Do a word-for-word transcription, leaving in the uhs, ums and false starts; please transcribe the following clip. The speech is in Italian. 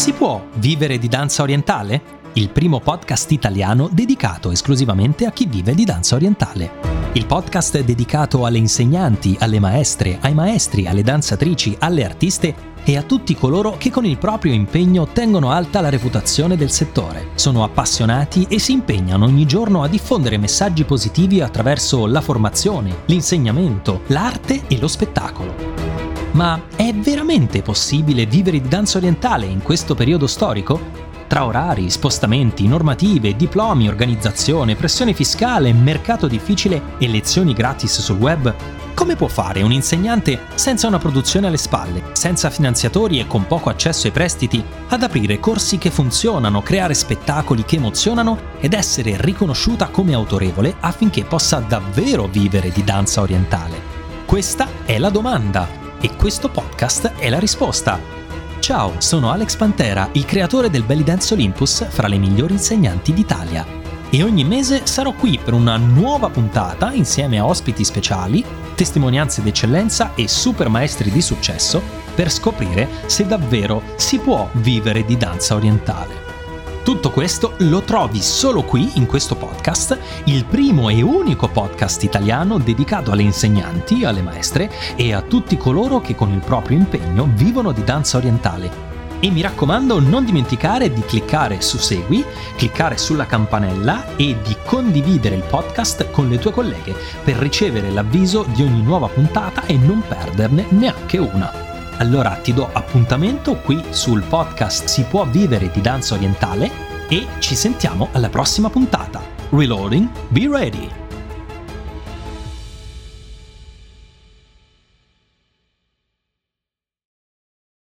Si può vivere di danza orientale? Il primo podcast italiano dedicato esclusivamente a chi vive di danza orientale. Il podcast è dedicato alle insegnanti, alle maestre, ai maestri, alle danzatrici, alle artiste e a tutti coloro che con il proprio impegno tengono alta la reputazione del settore. Sono appassionati e si impegnano ogni giorno a diffondere messaggi positivi attraverso la formazione, l'insegnamento, l'arte e lo spettacolo. Ma è veramente possibile vivere di danza orientale in questo periodo storico? Tra orari, spostamenti, normative, diplomi, organizzazione, pressione fiscale, mercato difficile e lezioni gratis sul web, come può fare un insegnante senza una produzione alle spalle, senza finanziatori e con poco accesso ai prestiti, ad aprire corsi che funzionano, creare spettacoli che emozionano ed essere riconosciuta come autorevole affinché possa davvero vivere di danza orientale? Questa è la domanda e questo podcast è la risposta. Ciao, sono Alex Pantera, il creatore del Belly Dance Olympus fra le migliori insegnanti d'Italia. E ogni mese sarò qui per una nuova puntata insieme a ospiti speciali, testimonianze d'eccellenza e super maestri di successo per scoprire se davvero si può vivere di danza orientale. Tutto questo lo trovi solo qui in questo podcast, il primo e unico podcast italiano dedicato alle insegnanti, alle maestre e a tutti coloro che con il proprio impegno vivono di danza orientale. E mi raccomando, non dimenticare di cliccare su Segui, cliccare sulla campanella e di condividere il podcast con le tue colleghe per ricevere l'avviso di ogni nuova puntata e non perderne neanche una. Allora ti do appuntamento qui sul podcast Si può vivere di danza orientale e ci sentiamo alla prossima puntata. Reloading, be ready!